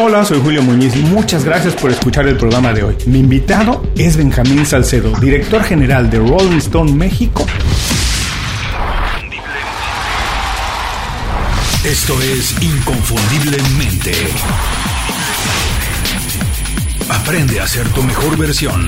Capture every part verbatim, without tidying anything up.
Hola, soy Julio Muñiz y muchas gracias por escuchar el programa de hoy. Mi invitado es Benjamín Salcedo, director general de Rolling Stone México. Esto es Inconfundiblemente. Aprende a ser tu mejor versión.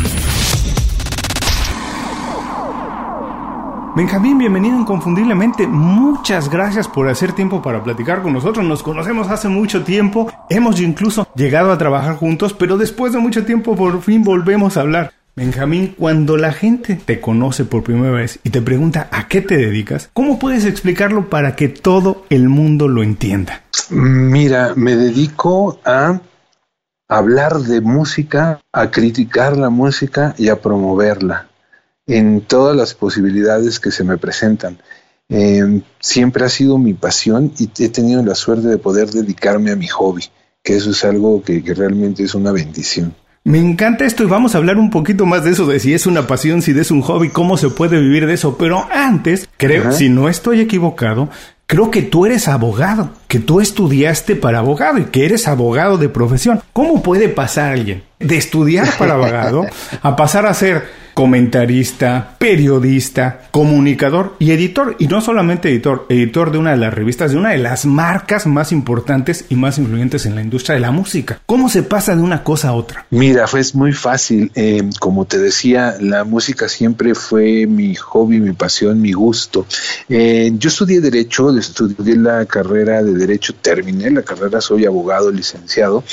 Benjamín, bienvenido Inconfundiblemente. Muchas gracias por hacer tiempo para platicar con nosotros. Nos conocemos hace mucho tiempo. Hemos incluso llegado a trabajar juntos, pero después de mucho tiempo por fin volvemos a hablar. Benjamín, cuando la gente te conoce por primera vez y te pregunta a qué te dedicas, ¿cómo puedes explicarlo para que todo el mundo lo entienda? Mira, me dedico a hablar de música, a criticar la música y a promoverla en todas las posibilidades que se me presentan. Eh, siempre ha sido mi pasión y he tenido la suerte de poder dedicarme a mi hobby, que eso es algo que, que realmente es una bendición. Me encanta esto y vamos a hablar un poquito más de eso, de si es una pasión, si es un hobby, cómo se puede vivir de eso. Pero antes, creo, Ajá. si no estoy equivocado, creo que tú eres abogado, que tú estudiaste para abogado y que eres abogado de profesión. ¿Cómo puede pasar alguien de estudiar para abogado a pasar a ser comentarista, periodista, comunicador y editor? Y no solamente editor, editor de una de las revistas, de una de las marcas más importantes y más influyentes en la industria de la música. ¿Cómo se pasa de una cosa a otra? Mira, fue muy fácil. Eh, como te decía, la música siempre fue mi hobby, mi pasión, mi gusto. Eh, yo estudié Derecho, estudié la carrera de Derecho, terminé la carrera, soy abogado licenciado.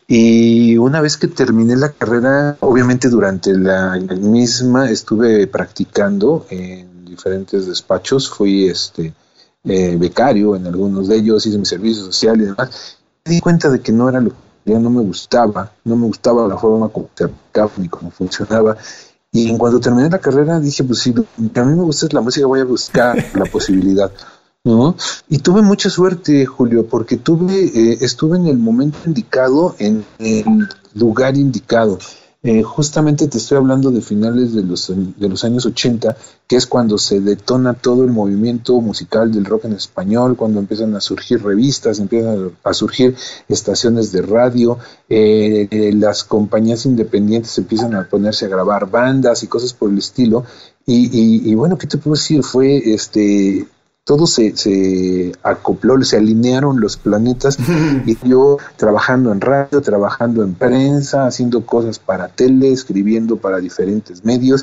Y una vez que terminé la carrera, obviamente durante la misma estuve practicando en diferentes despachos, fui este eh, becario en algunos de ellos, hice mi servicio social y demás. Me di cuenta de que no era lo que ya no me gustaba, no me gustaba la forma como se aplicaba ni cómo funcionaba. Y en cuanto terminé la carrera dije, pues si a mí me gusta la música, voy a buscar la posibilidad. ¿No? Y tuve mucha suerte, Julio, porque tuve eh, estuve en el momento indicado, en el lugar indicado. Eh, justamente te estoy hablando de finales de los de los años ochenta, que es cuando se detona todo el movimiento musical del rock en español, cuando empiezan a surgir revistas, empiezan a surgir estaciones de radio, eh, eh, las compañías independientes empiezan a ponerse a grabar bandas y cosas por el estilo. Y, y, y bueno, ¿qué te puedo decir? Fue este... todo se, se acopló, se alinearon los planetas y yo trabajando en radio, trabajando en prensa, haciendo cosas para tele, escribiendo para diferentes medios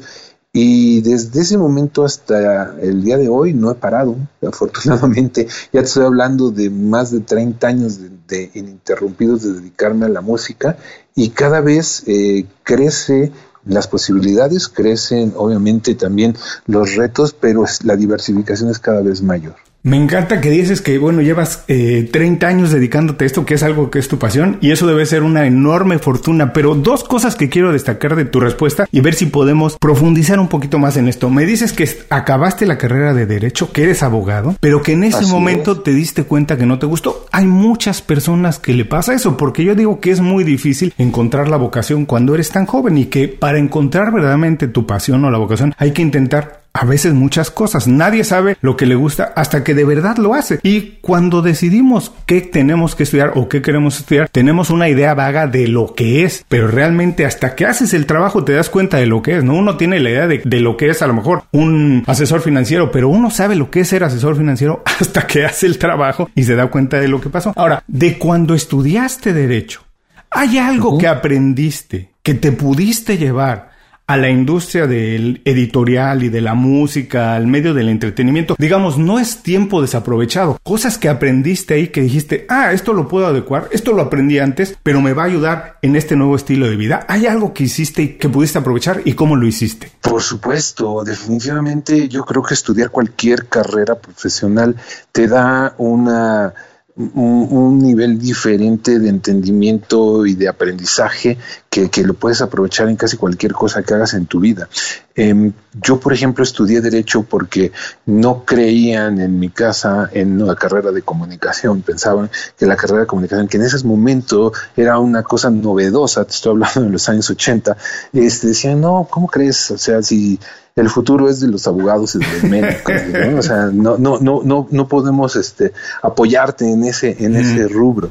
y desde ese momento hasta el día de hoy no he parado, afortunadamente. Ya te estoy hablando de más de treinta años de, de ininterrumpidos de dedicarme a la música y cada vez eh, crece las posibilidades, crecen obviamente también los retos, pero la diversificación es cada vez mayor. Me encanta que dices que, bueno, llevas eh, treinta años dedicándote a esto, que es algo que es tu pasión, y eso debe ser una enorme fortuna. Pero dos cosas que quiero destacar de tu respuesta y ver si podemos profundizar un poquito más en esto. Me dices que acabaste la carrera de Derecho, que eres abogado, pero que en ese Así momento es. te diste cuenta que no te gustó. Hay muchas personas que le pasa eso, porque yo digo que es muy difícil encontrar la vocación cuando eres tan joven y que para encontrar verdaderamente tu pasión o la vocación hay que intentar a veces muchas cosas. Nadie sabe lo que le gusta hasta que de verdad lo hace. Y cuando decidimos qué tenemos que estudiar o qué queremos estudiar, tenemos una idea vaga de lo que es, pero realmente hasta que haces el trabajo te das cuenta de lo que es, ¿no? Uno tiene la idea de, de lo que es a lo mejor un asesor financiero, pero uno sabe lo que es ser asesor financiero hasta que hace el trabajo y se da cuenta de lo que pasó. Ahora, de cuando estudiaste Derecho, ¿hay algo uh-huh. que aprendiste, que te pudiste llevar a la industria del editorial y de la música, al medio del entretenimiento? Digamos, no es tiempo desaprovechado. Cosas que aprendiste ahí que dijiste, ah, esto lo puedo adecuar, esto lo aprendí antes, pero me va a ayudar en este nuevo estilo de vida. ¿Hay algo que hiciste y que pudiste aprovechar y cómo lo hiciste? Por supuesto, definitivamente yo creo que estudiar cualquier carrera profesional te da una... Un, un nivel diferente de entendimiento y de aprendizaje que, que lo puedes aprovechar en casi cualquier cosa que hagas en tu vida. Eh, yo, por ejemplo, estudié Derecho porque no creían en mi casa en la carrera de comunicación. Pensaban que la carrera de comunicación, que en ese momento era una cosa novedosa, te estoy hablando de los años ochenta, este, decían, no, ¿cómo crees? O sea, si... el futuro es de los abogados y de los médicos, ¿no? O sea, no, no, no, no, no podemos este, apoyarte en ese, en ese rubro.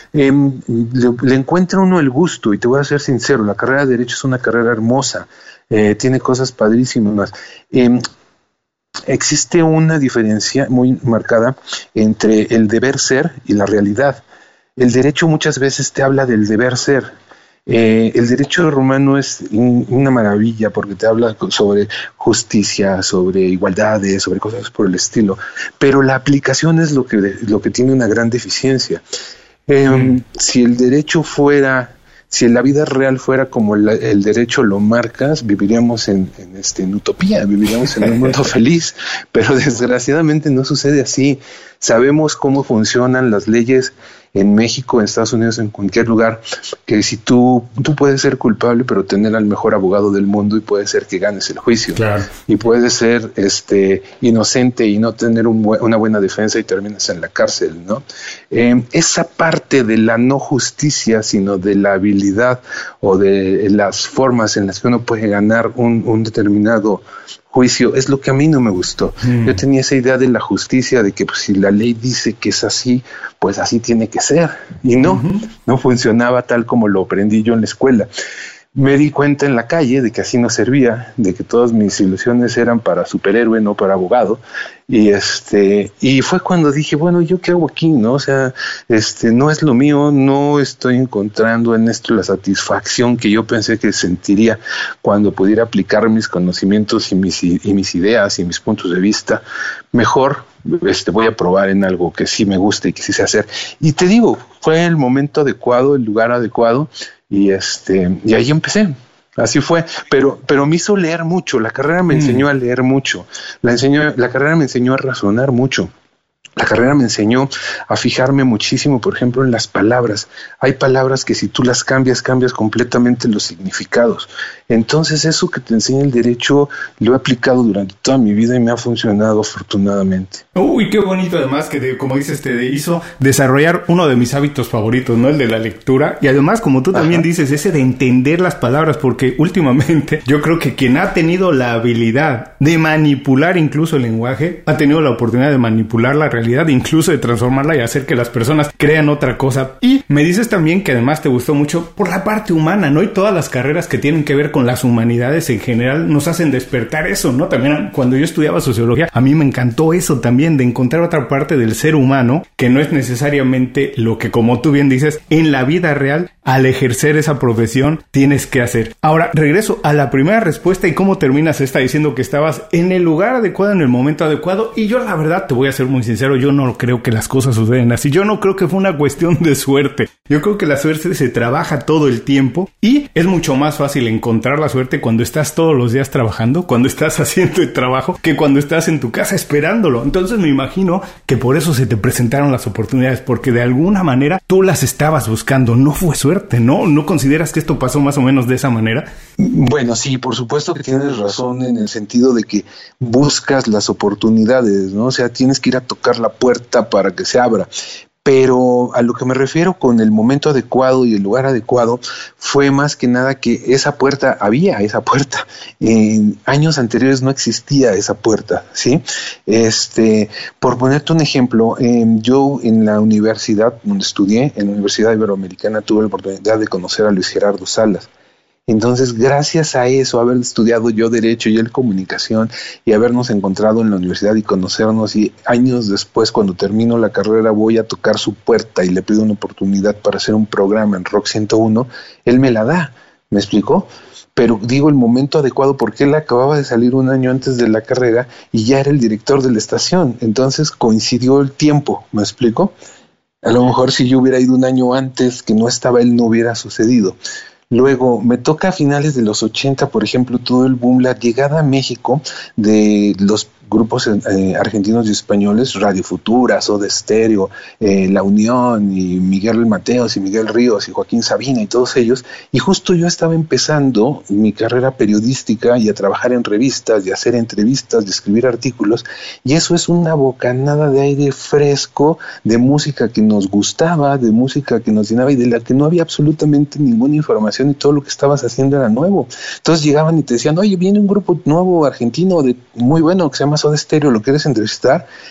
eh, le, le encuentra uno el gusto, y te voy a ser sincero, la carrera de Derecho es una carrera hermosa, eh, tiene cosas padrísimas. Eh, existe una diferencia muy marcada entre el deber ser y la realidad. El derecho muchas veces te habla del deber ser. Eh, el derecho romano es un, una maravilla porque te habla sobre justicia, sobre igualdades, sobre cosas por el estilo, pero la aplicación es lo que, lo que tiene una gran deficiencia. Eh, mm. Si el derecho fuera, si la vida real fuera como la, el derecho lo marcas, viviríamos en, en, este, en utopía, viviríamos en un mundo feliz, pero desgraciadamente no sucede así. Sabemos cómo funcionan las leyes en México, en Estados Unidos, en cualquier lugar, que si tú, tú puedes ser culpable, pero tener al mejor abogado del mundo y puede ser que ganes el juicio. Claro. Y puedes ser este, inocente y no tener un bu- una buena defensa y terminas en la cárcel, ¿no? Eh, esa parte de la no justicia, sino de la habilidad o de las formas en las que uno puede ganar un, un determinado juicio, es lo que a mí no me gustó. Mm. Yo tenía esa idea de la justicia, de que pues, si la ley dice que es así, pues así tiene que ser. Y no, uh-huh. no funcionaba tal como lo aprendí yo en la escuela. Me di cuenta en la calle de que así no servía, de que todas mis ilusiones eran para superhéroe, no para abogado. Y este, y fue cuando dije, bueno, ¿yo qué hago aquí? ¿No? O sea, este, no es lo mío, no estoy encontrando en esto la satisfacción que yo pensé que sentiría cuando pudiera aplicar mis conocimientos y mis, y mis ideas y mis puntos de vista. Mejor este, voy a probar en algo que sí me guste y que sí sé hacer. Y te digo, fue el momento adecuado, el lugar adecuado. Y este y ahí empecé, así fue, pero pero me hizo leer mucho, la carrera me mm. enseñó a leer mucho, la enseñó, la carrera me enseñó a razonar mucho. La carrera me enseñó a fijarme muchísimo, por ejemplo, en las palabras. Hay palabras que si tú las cambias, cambias completamente los significados. Entonces, eso que te enseña el derecho lo he aplicado durante toda mi vida y me ha funcionado afortunadamente. Uy, qué bonito además que, de, como dices, te hizo desarrollar uno de mis hábitos favoritos, ¿no? El de la lectura. Y además, como tú también Ajá. dices, ese de entender las palabras, porque últimamente yo creo que quien ha tenido la habilidad de manipular incluso el lenguaje, ha tenido la oportunidad de manipular la realidad, incluso de transformarla y hacer que las personas crean otra cosa. Y me dices también que además te gustó mucho por la parte humana, ¿no? Y todas las carreras que tienen que ver con las humanidades en general nos hacen despertar eso, ¿no? También cuando yo estudiaba sociología, a mí me encantó eso también, de encontrar otra parte del ser humano que no es necesariamente lo que, como tú bien dices, en la vida real, al ejercer esa profesión, tienes que hacer. Ahora, regreso a la primera respuesta y cómo terminas esta diciendo que estabas en el lugar adecuado, en el momento adecuado. Y yo, la verdad, te voy a ser muy sincero, yo no creo que las cosas suceden así. Yo no creo que fue una cuestión de suerte. Yo creo que la suerte se trabaja todo el tiempo y es mucho más fácil encontrar la suerte cuando estás todos los días trabajando, cuando estás haciendo el trabajo, que cuando estás en tu casa esperándolo. Entonces me imagino que por eso se te presentaron las oportunidades, porque de alguna manera tú las estabas buscando. No fue suerte, ¿no? ¿No consideras que esto pasó más o menos de esa manera? Bueno, sí, por supuesto que tienes razón en el sentido de que buscas las oportunidades, ¿no? O sea, tienes que ir a tocar la puerta para que se abra. Pero a lo que me refiero con el momento adecuado y el lugar adecuado fue más que nada que esa puerta, había esa puerta. En años anteriores no existía esa puerta, ¿sí? Este, por ponerte un ejemplo, eh, yo en la universidad donde estudié, en la Universidad Iberoamericana, tuve la oportunidad de conocer a Luis Gerardo Salas. Entonces, gracias a eso, haber estudiado yo Derecho y él Comunicación y habernos encontrado en la universidad y conocernos, y años después, cuando termino la carrera, voy a tocar su puerta y le pido una oportunidad para hacer un programa en Rock ciento uno, él me la da, ¿me explicó? Pero digo el momento adecuado porque él acababa de salir un año antes de la carrera y ya era el director de la estación, entonces coincidió el tiempo, ¿me explico? A lo mejor si yo hubiera ido un año antes que no estaba él, no hubiera sucedido. Luego, me toca a finales de los ochenta, por ejemplo, todo el boom, la llegada a México de los grupos eh, argentinos y españoles, Radio Futura, Soda Stereo, eh, La Unión, y Miguel Mateos, y Miguel Ríos, y Joaquín Sabina, y todos ellos, y justo yo estaba empezando mi carrera periodística y a trabajar en revistas, y a hacer entrevistas, y escribir artículos, y eso es una bocanada de aire fresco, de música que nos gustaba, de música que nos llenaba, y de la que no había absolutamente ninguna información, y todo lo que estabas haciendo era nuevo. Entonces llegaban y te decían, oye, viene un grupo nuevo argentino de muy bueno que se llama Soda Stereo, ¿lo quieres entrevistar?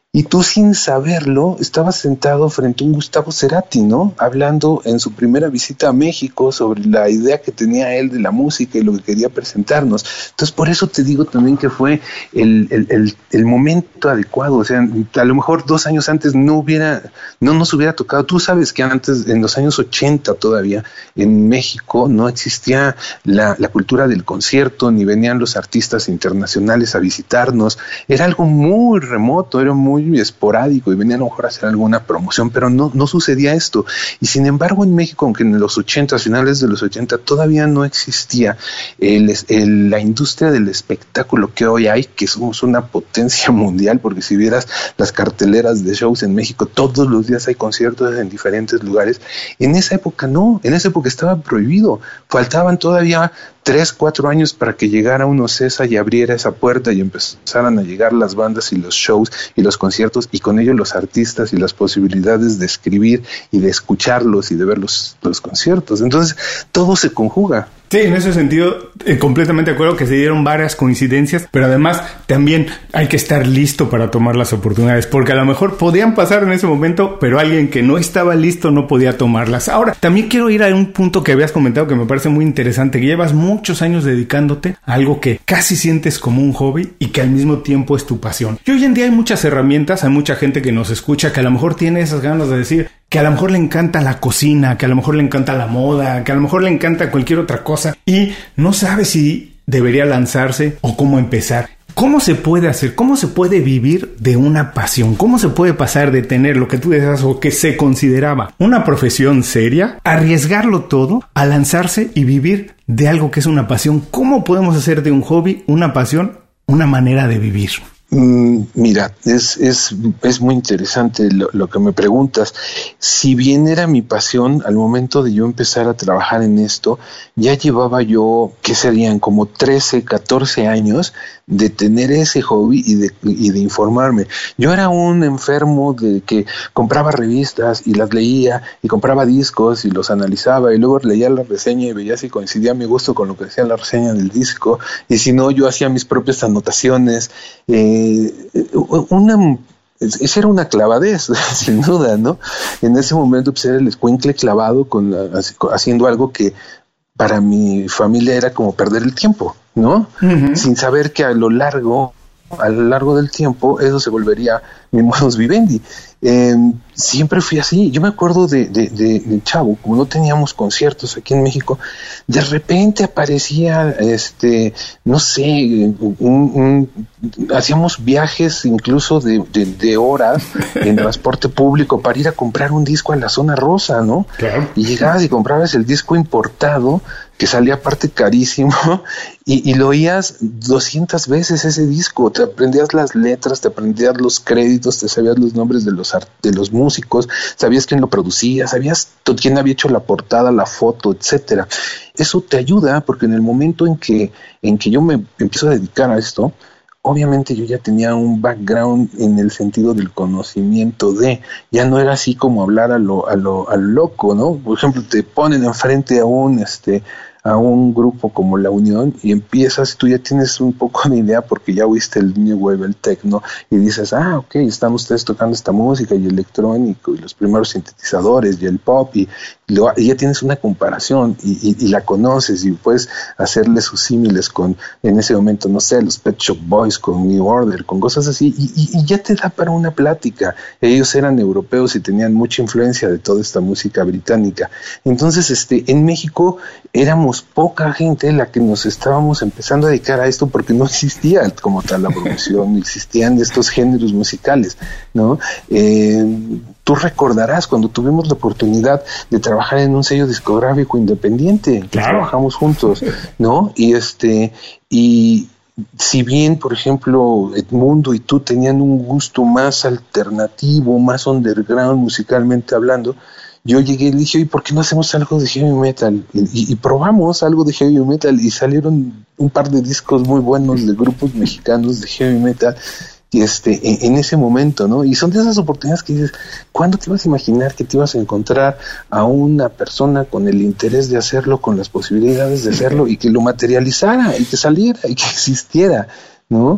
Y tú, sin saberlo, estabas sentado frente a un Gustavo Cerati, ¿no? Hablando en su primera visita a México sobre la idea que tenía él de la música y lo que quería presentarnos. Entonces, por eso te digo también que fue el, el, el, el momento adecuado. O sea, a lo mejor dos años antes no hubiera, no nos hubiera tocado. Tú sabes que antes, en los años ochenta todavía, en México no existía la, la cultura del concierto, ni venían los artistas internacionales a visitarnos. Era algo muy remoto, era muy esporádico y venía a lo mejor a hacer alguna promoción, pero no, no sucedía esto. Y sin embargo en México, aunque en los ochenta, finales de los ochenta, todavía no existía el, el, la industria del espectáculo que hoy hay, que somos una potencia mundial, porque si vieras las carteleras de shows en México, todos los días hay conciertos en diferentes lugares. En esa época no, en esa época estaba prohibido, faltaban todavía tres, cuatro años para que llegara un Ocesa y abriera esa puerta y empezaran a llegar las bandas y los shows y los conciertos, y con ello los artistas y las posibilidades de escribir y de escucharlos y de ver los, los conciertos. Entonces, todo se conjuga. Sí, en ese sentido, eh, completamente de acuerdo que se dieron varias coincidencias, pero además también hay que estar listo para tomar las oportunidades, porque a lo mejor podían pasar en ese momento, pero alguien que no estaba listo no podía tomarlas. Ahora, también quiero ir a un punto que habías comentado que me parece muy interesante, que llevas muchos años dedicándote a algo que casi sientes como un hobby y que al mismo tiempo es tu pasión. Y hoy en día hay muchas herramientas, hay mucha gente que nos escucha que a lo mejor tiene esas ganas de decir que a lo mejor le encanta la cocina, que a lo mejor le encanta la moda, que a lo mejor le encanta cualquier otra cosa y no sabe si debería lanzarse o cómo empezar. ¿Cómo se puede hacer? ¿Cómo se puede vivir de una pasión? ¿Cómo se puede pasar de tener lo que tú decías o que se consideraba una profesión seria, arriesgarlo todo, a lanzarse y vivir de algo que es una pasión? ¿Cómo podemos hacer de un hobby una pasión, una manera de vivir? Mm, mira, es, es, es muy interesante lo, lo que me preguntas. Si bien era mi pasión, al momento de yo empezar a trabajar en esto, ya llevaba yo, ¿qué serían? Como trece, catorce años de tener ese hobby y de, y de informarme. Yo era un enfermo de que compraba revistas y las leía y compraba discos y los analizaba y luego leía la reseña y veía si coincidía mi gusto con lo que decía la reseña del disco, y si no, yo hacía mis propias anotaciones. Eh, una esa era una clavadez, sin duda, ¿no? En ese momento pues era el escuincle clavado con, haciendo algo que para mi familia era como perder el tiempo, ¿no? Uh-huh. Sin saber que a lo largo, a lo largo del tiempo, eso se volvería mi modus vivendi. Eh, siempre fui así. Yo me acuerdo de, de, de, de chavo, como no teníamos conciertos aquí en México, de repente aparecía, este, no sé, un, un, hacíamos viajes incluso de, de, de horas en transporte público para ir a comprar un disco a la zona rosa, ¿no? Claro. Y llegabas y comprabas el disco importado, que salía aparte carísimo, y, y lo oías doscientas veces ese disco, te aprendías las letras, te aprendías los créditos, te sabías los nombres de los art- de los músicos, sabías quién lo producía, sabías quién había hecho la portada, la foto, etcétera. Eso te ayuda porque en el momento en que, en que yo me empiezo a dedicar a esto, obviamente yo ya tenía un background en el sentido del conocimiento de, ya no era así como hablar a lo, a lo, a lo loco, ¿no? Por ejemplo, te ponen enfrente a un, este, a un grupo como La Unión y empiezas, tú ya tienes un poco de idea porque ya oíste el New Wave, el techno, y dices, ah, ok, están ustedes tocando esta música y electrónico y los primeros sintetizadores y el pop, y, lo, y ya tienes una comparación y, y, y la conoces y puedes hacerle sus símiles con, en ese momento, no sé, los Pet Shop Boys con New Order, con cosas así, y, y, y ya te da para una plática. Ellos eran europeos y tenían mucha influencia de toda esta música británica. Entonces, este, en México éramos poca gente la que nos estábamos empezando a dedicar a esto porque no existía como tal la promoción, no existían estos géneros musicales, ¿no? Eh, tú recordarás cuando tuvimos la oportunidad de trabajar en un sello discográfico independiente, que claro, trabajamos juntos, ¿no? Y este, y si bien, por ejemplo, Edmundo y tú tenían un gusto más alternativo, más underground musicalmente hablando, yo llegué y dije, ¿y por qué no hacemos algo de heavy metal? Y, y, y probamos algo de heavy metal y salieron un par de discos muy buenos de grupos mexicanos de heavy metal y este, en, en ese momento, ¿no? Y son de esas oportunidades que dices, ¿cuándo te ibas a imaginar que te ibas a encontrar a una persona con el interés de hacerlo, con las posibilidades de hacerlo y que lo materializara y que saliera y que existiera, ¿no?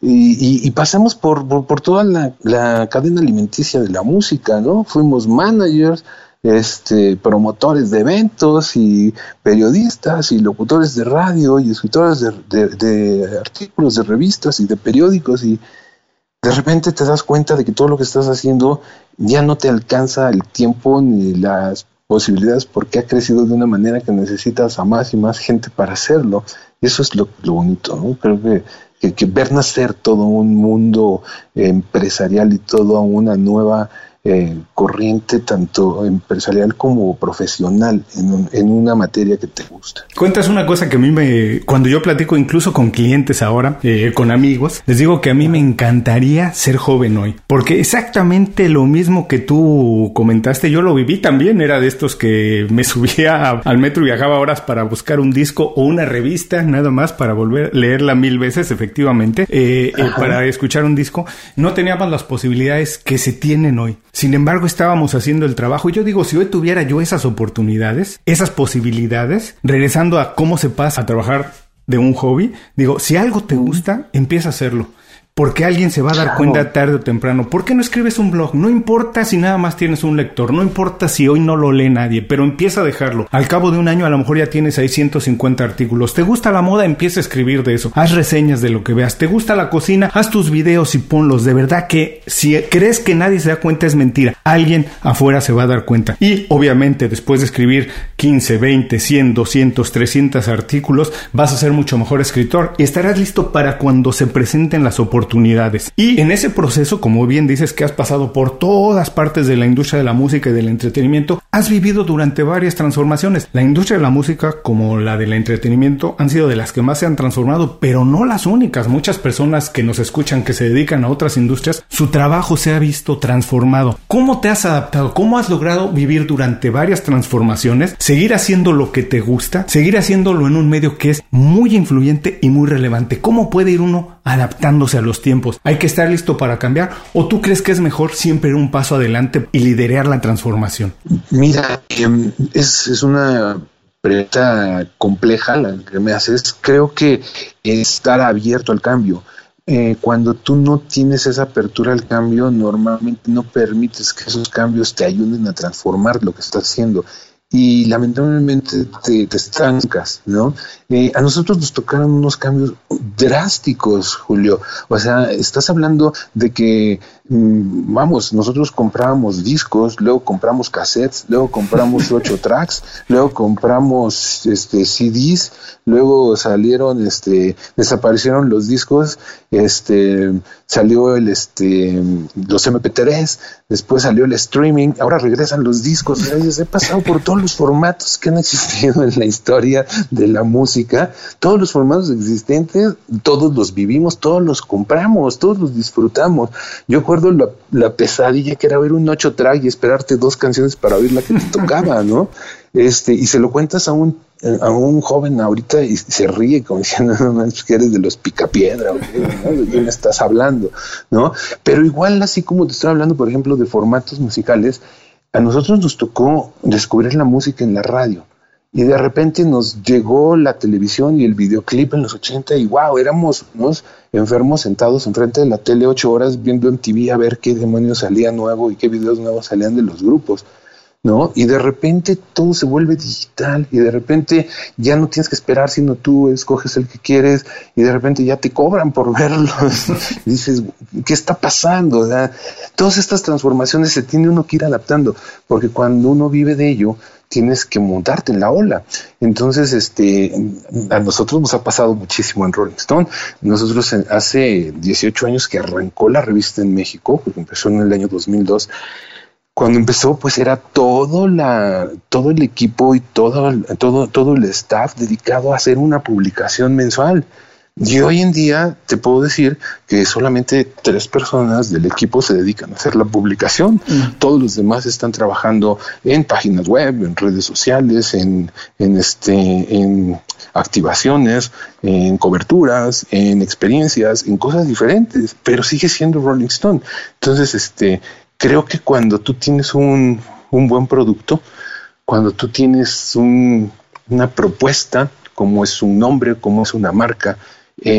Y, y, y pasamos por, por, por toda la, la cadena alimenticia de la música, ¿no? Fuimos managers, este, promotores de eventos y periodistas y locutores de radio y escritores de, de, de artículos, de revistas y de periódicos, y de repente te das cuenta de que todo lo que estás haciendo ya no te alcanza el tiempo ni las posibilidades, porque ha crecido de una manera que necesitas a más y más gente para hacerlo. Y eso es lo, lo bonito, ¿no? Creo que, que, que ver nacer todo un mundo empresarial y toda una nueva eh, corriente, tanto empresarial como profesional, en, un, en una materia que te gusta. Cuentas una cosa que a mí me... Cuando yo platico incluso con clientes ahora, eh, con amigos, les digo que a mí me encantaría ser joven hoy, porque exactamente lo mismo que tú comentaste, yo lo viví también. Era de estos que me subía a, al metro y viajaba horas para buscar un disco o una revista, nada más, para volver a leerla mil veces, efectivamente, eh, eh, para escuchar un disco. No teníamos las posibilidades que se tienen hoy. Sin embargo, estábamos haciendo el trabajo. Y yo digo, si hoy tuviera yo esas oportunidades, esas posibilidades, regresando a cómo se pasa a trabajar de un hobby, digo, si algo te gusta, empieza a hacerlo. Porque alguien se va a dar claro. cuenta tarde o temprano. ¿Por qué no escribes un blog? No importa si nada más tienes un lector, no importa si hoy no lo lee nadie, pero empieza a dejarlo. Al cabo de un año a lo mejor ya tienes ahí ciento cincuenta artículos. ¿Te gusta la moda? Empieza a escribir de eso. Haz reseñas de lo que veas. ¿Te gusta la cocina? Haz tus videos y ponlos. De verdad que si crees que nadie se da cuenta es mentira. Alguien afuera se va a dar cuenta. Y obviamente después de escribir quince, veinte, cien, doscientos, trescientos artículos, vas a ser mucho mejor escritor y estarás listo para cuando se presenten las oportunidades. oportunidades. Y en ese proceso, como bien dices que has pasado por todas partes de la industria de la música y del entretenimiento, has vivido durante varias transformaciones. La industria de la música, como la del entretenimiento, han sido de las que más se han transformado, pero no las únicas. Muchas personas que nos escuchan, que se dedican a otras industrias, su trabajo se ha visto transformado. ¿Cómo te has adaptado? ¿Cómo has logrado vivir durante varias transformaciones? Seguir haciendo lo que te gusta, seguir haciéndolo en un medio que es muy influyente y muy relevante. ¿Cómo puede ir uno adaptándose a los tiempos? ¿Hay que estar listo para cambiar? ¿O tú crees que es mejor siempre ir un paso adelante y liderar la transformación? Mira, eh, es, es una pregunta compleja la que me haces. Creo que estar abierto al cambio. Eh, cuando tú no tienes esa apertura al cambio, normalmente no permites que esos cambios te ayuden a transformar lo que estás haciendo. Y lamentablemente te, te estancas, ¿no? Eh, a nosotros nos tocaron unos cambios drásticos, Julio. O sea, estás hablando de que, mmm, vamos, nosotros comprábamos discos, luego compramos cassettes, luego compramos ocho tracks, luego compramos este C Ds, luego salieron, este, desaparecieron los discos, este, salió el, este, los eme pe tres, después salió el streaming, ahora regresan los discos. O sea, yo he pasado por todos los formatos que han existido en la historia de la música, todos los formatos existentes, todos los vivimos, todos los compramos, todos los disfrutamos. Yo recuerdo la, la pesadilla que era ver un ocho track y esperarte dos canciones para oír la que te tocaba, ¿no? Este, y se lo cuentas a un a un joven ahorita y se ríe como diciendo, no manches, que eres de los Picapiedra, ¿no? ¿De quién estás hablando? ¿No? Pero igual, así como te estoy hablando, por ejemplo, de formatos musicales, a nosotros nos tocó descubrir la música en la radio. Y de repente nos llegó la televisión y el videoclip en los ochenta y wow, éramos unos enfermos sentados enfrente de la tele ocho horas viendo en T V a ver qué demonios salía nuevo y qué videos nuevos salían de los grupos, ¿no? Y de repente todo se vuelve digital y de repente ya no tienes que esperar, sino tú escoges el que quieres y de repente ya te cobran por verlos. Y dices, ¿qué está pasando? O sea, todas estas transformaciones se tiene uno que ir adaptando, porque cuando uno vive de ello, tienes que montarte en la ola. Entonces, este, a nosotros nos ha pasado muchísimo en Rolling Stone. Nosotros hace dieciocho años que arrancó la revista en México, porque empezó en el año dos mil dos. Cuando empezó, pues era todo la, todo el equipo y todo, todo, todo el staff dedicado a hacer una publicación mensual. Y hoy en día te puedo decir que solamente tres personas del equipo se dedican a hacer la publicación. Mm. Todos los demás están trabajando en páginas web, en redes sociales, en, en este, en activaciones, en coberturas, en experiencias, en cosas diferentes, pero sigue siendo Rolling Stone. Entonces, este, creo que cuando tú tienes un, un buen producto, cuando tú tienes un, una propuesta, como es un nombre, como es una marca, Eh,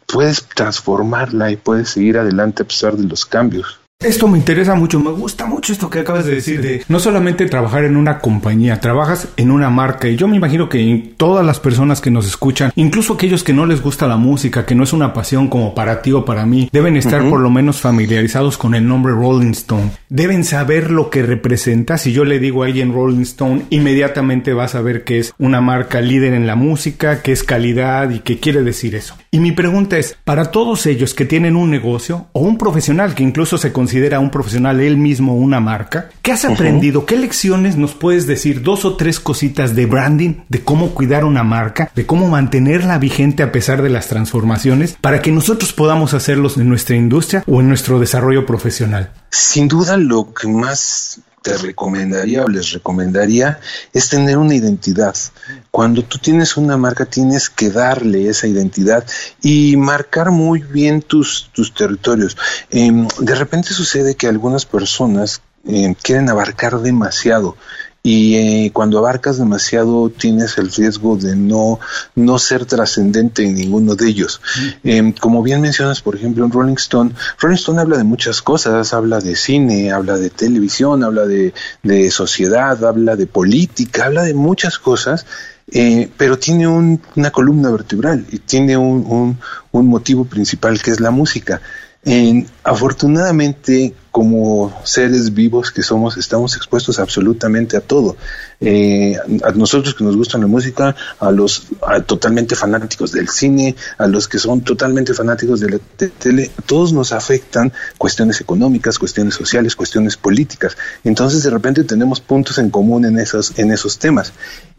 puedes transformarla y puedes seguir adelante a pesar de los cambios. Esto me interesa mucho, me gusta mucho esto que acabas de decir de no solamente trabajar en una compañía, trabajas en una marca, y yo me imagino que todas las personas que nos escuchan, incluso aquellos que no les gusta la música, que no es una pasión como para ti o para mí, deben estar uh-huh. por lo menos familiarizados con el nombre Rolling Stone, deben saber lo que representa. Si yo le digo a alguien Rolling Stone, inmediatamente va a saber que es una marca líder en la música, que es calidad y que quiere decir eso. Y mi pregunta es, para todos ellos que tienen un negocio o un profesional que incluso se considera un profesional él mismo una marca, ¿qué has aprendido? Uh-huh. ¿Qué lecciones nos puedes decir? Dos o tres cositas de branding, de cómo cuidar una marca, de cómo mantenerla vigente a pesar de las transformaciones, para que nosotros podamos hacerlos en nuestra industria o en nuestro desarrollo profesional. Sin duda lo que más te recomendaría o les recomendaría es tener una identidad. Cuando tú tienes una marca tienes que darle esa identidad y marcar muy bien tus, tus territorios. Eh, de repente sucede que algunas personas eh, quieren abarcar demasiado. Y eh, cuando abarcas demasiado tienes el riesgo de no, no ser trascendente en ninguno de ellos. Mm. Eh, como bien mencionas, por ejemplo, en Rolling Stone, Rolling Stone habla de muchas cosas, habla de cine, habla de televisión, habla de, de sociedad, habla de política, habla de muchas cosas, eh, pero tiene un, una columna vertebral y tiene un, un, un motivo principal que es la música. Eh, afortunadamente, como seres vivos que somos, estamos expuestos absolutamente a todo. Eh, a nosotros que nos gusta la música, a los a totalmente fanáticos del cine, a los que son totalmente fanáticos de la te- tele, todos nos afectan cuestiones económicas, cuestiones sociales, cuestiones políticas. Entonces, de repente tenemos puntos en común en esos, en esos temas.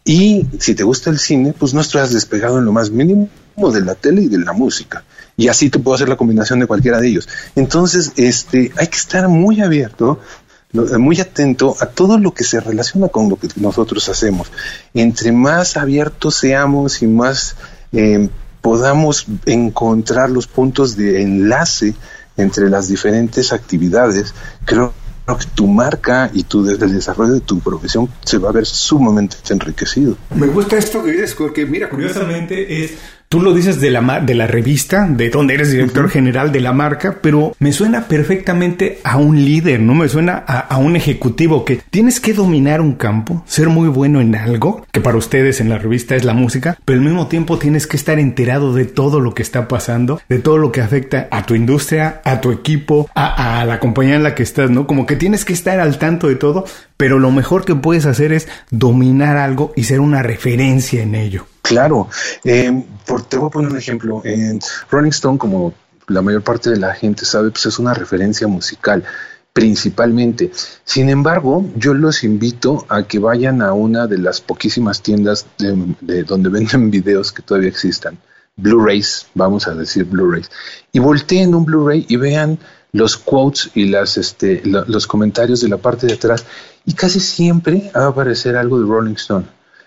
Y si te gusta el cine, pues no estás despegado en lo más mínimo de la tele y de la música. Y así te puedo hacer la combinación de cualquiera de ellos. Entonces, este, hay que estar muy abierto, muy atento a todo lo que se relaciona con lo que nosotros hacemos. Entre más abiertos seamos y más eh, podamos encontrar los puntos de enlace entre las diferentes actividades, creo que tu marca y tu el desarrollo de tu profesión se va a ver sumamente enriquecido. Me gusta esto que dices, porque mira, curiosamente es... Tú lo dices de la mar- de la revista, de donde eres director uh-huh. general de la marca, pero me suena perfectamente a un líder, ¿no? Me suena a, a un ejecutivo que tienes que dominar un campo, ser muy bueno en algo, que para ustedes en la revista es la música, pero al mismo tiempo tienes que estar enterado de todo lo que está pasando, de todo lo que afecta a tu industria, a tu equipo, a, a la compañía en la que estás, ¿no? Como que tienes que estar al tanto de todo, pero lo mejor que puedes hacer es dominar algo y ser una referencia en ello. Claro, eh, por, te voy a poner un ejemplo. En Rolling Stone, como la mayor parte de la gente sabe, pues es una referencia musical, principalmente. Sin embargo, yo los invito a que vayan a una de las poquísimas tiendas de, de donde venden videos que todavía existan, Blu-rays, vamos a decir Blu-rays, y volteen un Blu-ray y vean los quotes y las, este, lo, los comentarios de la parte de atrás, y casi siempre va a aparecer algo de Rolling Stone.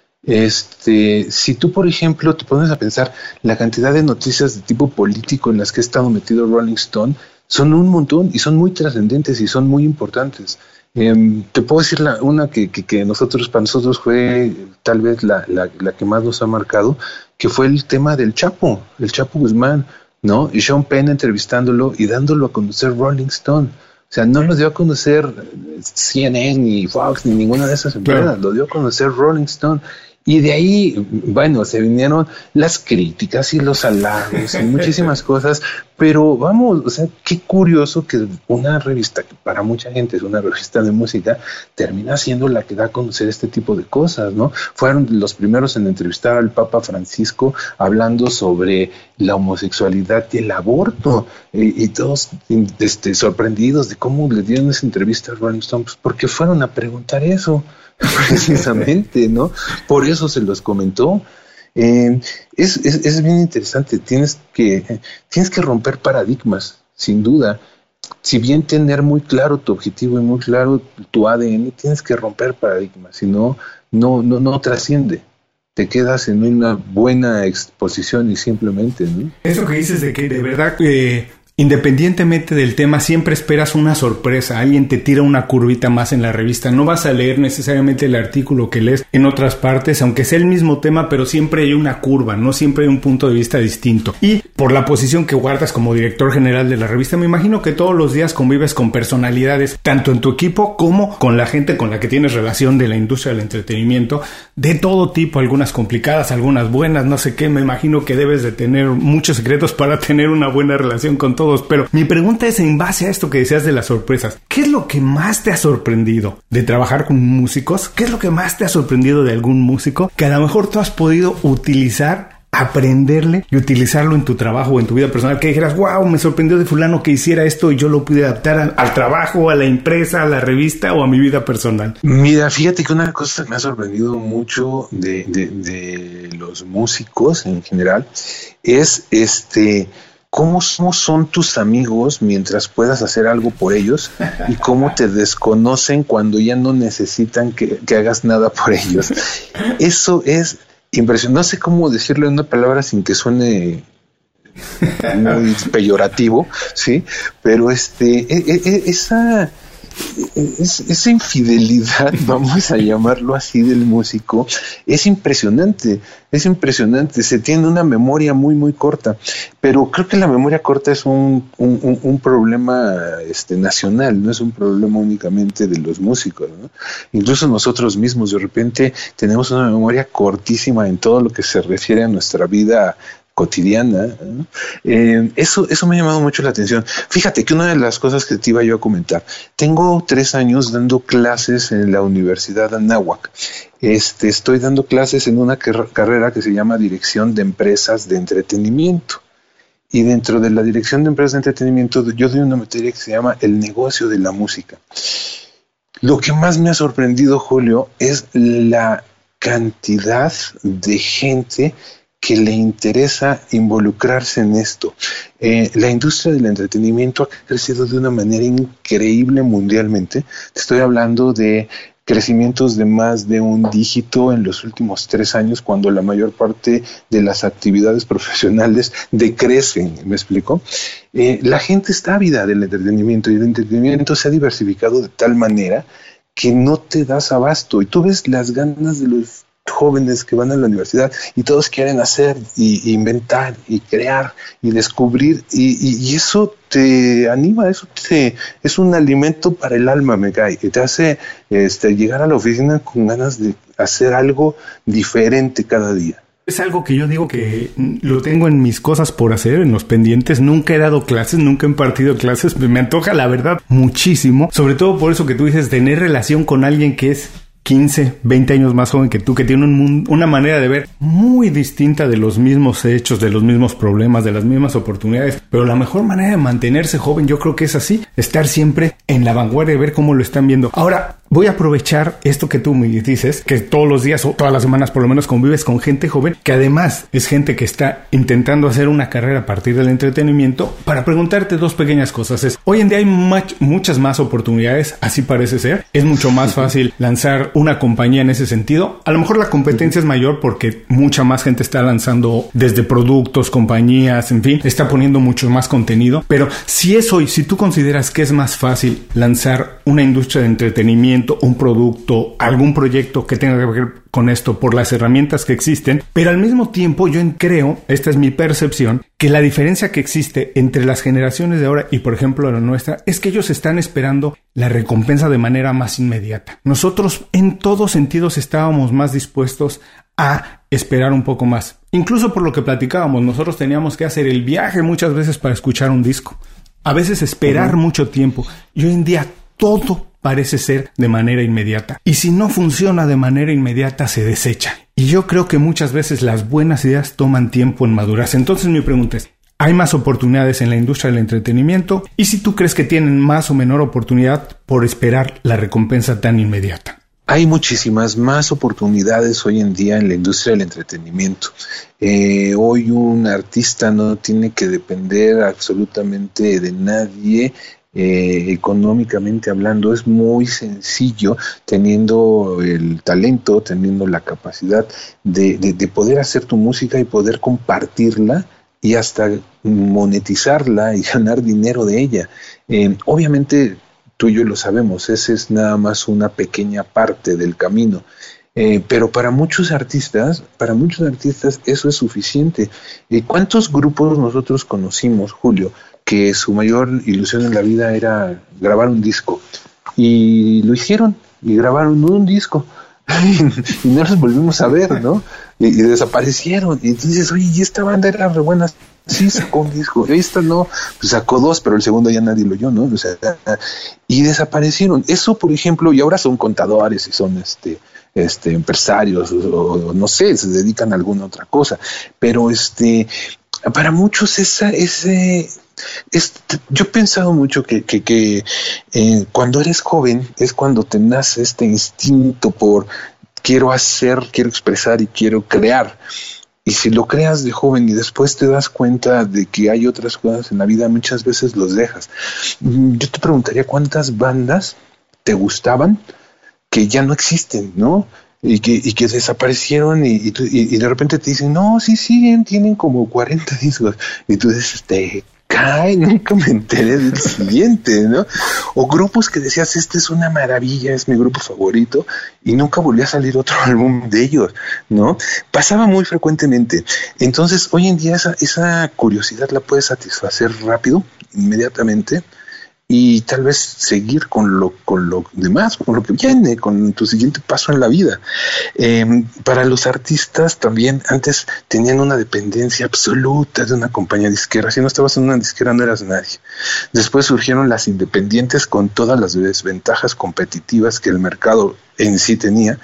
Este, si tú, por ejemplo, te pones a pensar la cantidad de noticias de tipo político en las que ha estado metido Rolling Stone, son un montón y son muy trascendentes y son muy importantes. Eh, te puedo decir la, una que, que, que nosotros, para nosotros fue tal vez la, la, la que más nos ha marcado, que fue el tema del Chapo, el Chapo Guzmán, ¿no? Y Sean Penn entrevistándolo y dándolo a conocer Rolling Stone. O sea, no lo dio a conocer C N N ni Fox ni ninguna de esas empresas, claro. Lo dio a conocer Rolling Stone. Y de ahí, bueno, se vinieron las críticas y los halagos y muchísimas cosas, pero vamos, o sea, qué curioso que una revista que para mucha gente es una revista de música termina siendo la que da a conocer este tipo de cosas, ¿no? Fueron los primeros en entrevistar al Papa Francisco hablando sobre la homosexualidad y el aborto, y, y todos este, sorprendidos de cómo le dieron esa entrevista a Rolling Stone, pues porque fueron a preguntar eso. Precisamente, ¿no? Por eso se los comentó. Eh, es, es, es bien interesante. Tienes que, tienes que romper paradigmas, sin duda. Si bien tener muy claro tu objetivo y muy claro tu A D N, tienes que romper paradigmas, si no, no, no, no trasciende. Te quedas en una buena exposición y simplemente, ¿no? Eso que dices de que de verdad eh, independientemente del tema, siempre esperas una sorpresa. Alguien te tira una curvita más en la revista. No vas a leer necesariamente el artículo que lees en otras partes, aunque sea el mismo tema, pero siempre hay una curva, no siempre hay un punto de vista distinto. Y por la posición que guardas como director general de la revista, me imagino que todos los días convives con personalidades, tanto en tu equipo como con la gente con la que tienes relación de la industria del entretenimiento, de todo tipo, algunas complicadas, algunas buenas, no sé qué. Me imagino que debes de tener muchos secretos para tener una buena relación con todos. Pero mi pregunta es, en base a esto que decías de las sorpresas, ¿qué es lo que más te ha sorprendido de trabajar con músicos? ¿Qué es lo que más te ha sorprendido de algún músico que a lo mejor tú has podido utilizar, aprenderle y utilizarlo en tu trabajo o en tu vida personal? Que dijeras, wow, me sorprendió de fulano que hiciera esto y yo lo pude adaptar al, al trabajo, a la empresa, a la revista o a mi vida personal. Mira, fíjate que una cosa que me ha sorprendido mucho de, de, de los músicos en general es este... ¿Cómo son tus amigos mientras puedas hacer algo por ellos y cómo te desconocen cuando ya no necesitan que, que hagas nada por ellos? Eso es impresionante. No sé cómo decirlo en una palabra sin que suene muy peyorativo, ¿sí? Pero este, e, e, esa... Es, esa infidelidad, vamos a llamarlo así, del músico es impresionante, es impresionante. Se tiene una memoria muy muy corta, pero creo que la memoria corta es un, un, un, un problema este, nacional, no es un problema únicamente de los músicos, ¿no? Incluso nosotros mismos de repente tenemos una memoria cortísima en todo lo que se refiere a nuestra vida cotidiana, ¿no? Eh, eso, eso me ha llamado mucho la atención. Fíjate que una de las cosas que te iba yo a comentar, tengo tres años dando clases en la Universidad Anáhuac. Este, estoy dando clases en una car- carrera que se llama Dirección de Empresas de Entretenimiento. Y dentro de la Dirección de Empresas de Entretenimiento yo doy una materia que se llama el negocio de la música. Lo que más me ha sorprendido, Julio, es la cantidad de gente que le interesa involucrarse en esto. Eh, la industria del entretenimiento ha crecido de una manera increíble mundialmente. Te estoy hablando de crecimientos de más de un dígito en los últimos tres años, cuando la mayor parte de las actividades profesionales decrecen, ¿me explico? Eh, la gente está ávida del entretenimiento y el entretenimiento se ha diversificado de tal manera que no te das abasto y tú ves las ganas de los jóvenes que van a la universidad y todos quieren hacer y, y inventar y crear y descubrir y, y, y eso te anima, eso te, es un alimento para el alma, me cae, que te hace este, llegar a la oficina con ganas de hacer algo diferente cada día. Es algo que yo digo que lo tengo en mis cosas por hacer, en los pendientes. Nunca he dado clases, nunca he impartido clases. Me antoja, la verdad, muchísimo. Sobre todo por eso que tú dices, tener relación con alguien que es quince, veinte años más joven que tú, que tiene un, una manera de ver muy distinta de los mismos hechos, de los mismos problemas, de las mismas oportunidades. Pero la mejor manera de mantenerse joven, yo creo que es así, estar siempre en la vanguardia y ver cómo lo están viendo. Ahora, voy a aprovechar esto que tú me dices, que todos los días o todas las semanas por lo menos convives con gente joven, que además es gente que está intentando hacer una carrera a partir del entretenimiento, para preguntarte dos pequeñas cosas. Es, hoy en día hay mach- muchas más oportunidades, así parece ser. Es mucho más fácil lanzar una compañía en ese sentido. A lo mejor la competencia es mayor porque mucha más gente está lanzando desde productos, compañías, en fin, está poniendo mucho más contenido. Pero si es hoy, si tú consideras que es más fácil lanzar una industria de entretenimiento, un producto, algún proyecto que tenga que ver con esto por las herramientas que existen, pero al mismo tiempo yo creo, esta es mi percepción, que la diferencia que existe entre las generaciones de ahora y por ejemplo la nuestra es que ellos están esperando la recompensa de manera más inmediata. Nosotros en todos sentidos estábamos más dispuestos a esperar un poco más. Incluso por lo que platicábamos, nosotros teníamos que hacer el viaje muchas veces para escuchar un disco. A veces esperar uh-huh. mucho tiempo. Y hoy en día todo parece ser de manera inmediata. Y si no funciona de manera inmediata, se desecha. Y yo creo que muchas veces las buenas ideas toman tiempo en madurarse. Entonces mi pregunta es, ¿hay más oportunidades en la industria del entretenimiento? Y si tú crees que tienen más o menor oportunidad por esperar la recompensa tan inmediata. Hay muchísimas más oportunidades hoy en día en la industria del entretenimiento. Eh, hoy un artista no tiene que depender absolutamente de nadie. Eh, económicamente hablando, es muy sencillo, teniendo el talento, teniendo la capacidad de, de, de poder hacer tu música y poder compartirla, y hasta monetizarla y ganar dinero de ella. Eh, obviamente tú y yo lo sabemos, esa es nada más una pequeña parte del camino. Eh, pero para muchos artistas, para muchos artistas eso es suficiente. Eh, ¿Cuántos grupos nosotros conocimos, Julio, que su mayor ilusión en la vida era grabar un disco? Y lo hicieron, y grabaron un disco, y no los volvimos a ver, ¿no? Y, y desaparecieron. Y entonces, oye, y esta banda era re buena, sí sacó un disco, y esta no, pues sacó dos, pero el segundo ya nadie lo oyó, ¿no? O sea, y desaparecieron. Eso, por ejemplo, y ahora son contadores y son este este empresarios o, o no sé, se dedican a alguna otra cosa, pero este para muchos esa ese es, yo he pensado mucho que, que, que eh, cuando eres joven es cuando te nace este instinto por quiero hacer, quiero expresar y quiero crear. Y si lo creas de joven y después te das cuenta de que hay otras cosas en la vida, muchas veces los dejas. Yo te preguntaría cuántas bandas te gustaban que ya no existen, ¿no? Y que, y que desaparecieron y, y, y de repente te dicen, no, sí siguen, tienen como cuarenta discos. Y tú dices, te cae, nunca me enteré del siguiente, ¿no? O grupos que decías, este es una maravilla, es mi grupo favorito, y nunca volvió a salir otro álbum de ellos, ¿no? Pasaba muy frecuentemente. Entonces, hoy en día esa, esa curiosidad la puedes satisfacer rápido, inmediatamente, y tal vez seguir con lo con lo demás, con lo que viene, con tu siguiente paso en la vida. Eh, para los artistas también antes tenían una dependencia absoluta de una compañía disquera. Si no estabas en una disquera no eras nadie. Después surgieron las independientes con todas las desventajas competitivas que el mercado en sí tenía,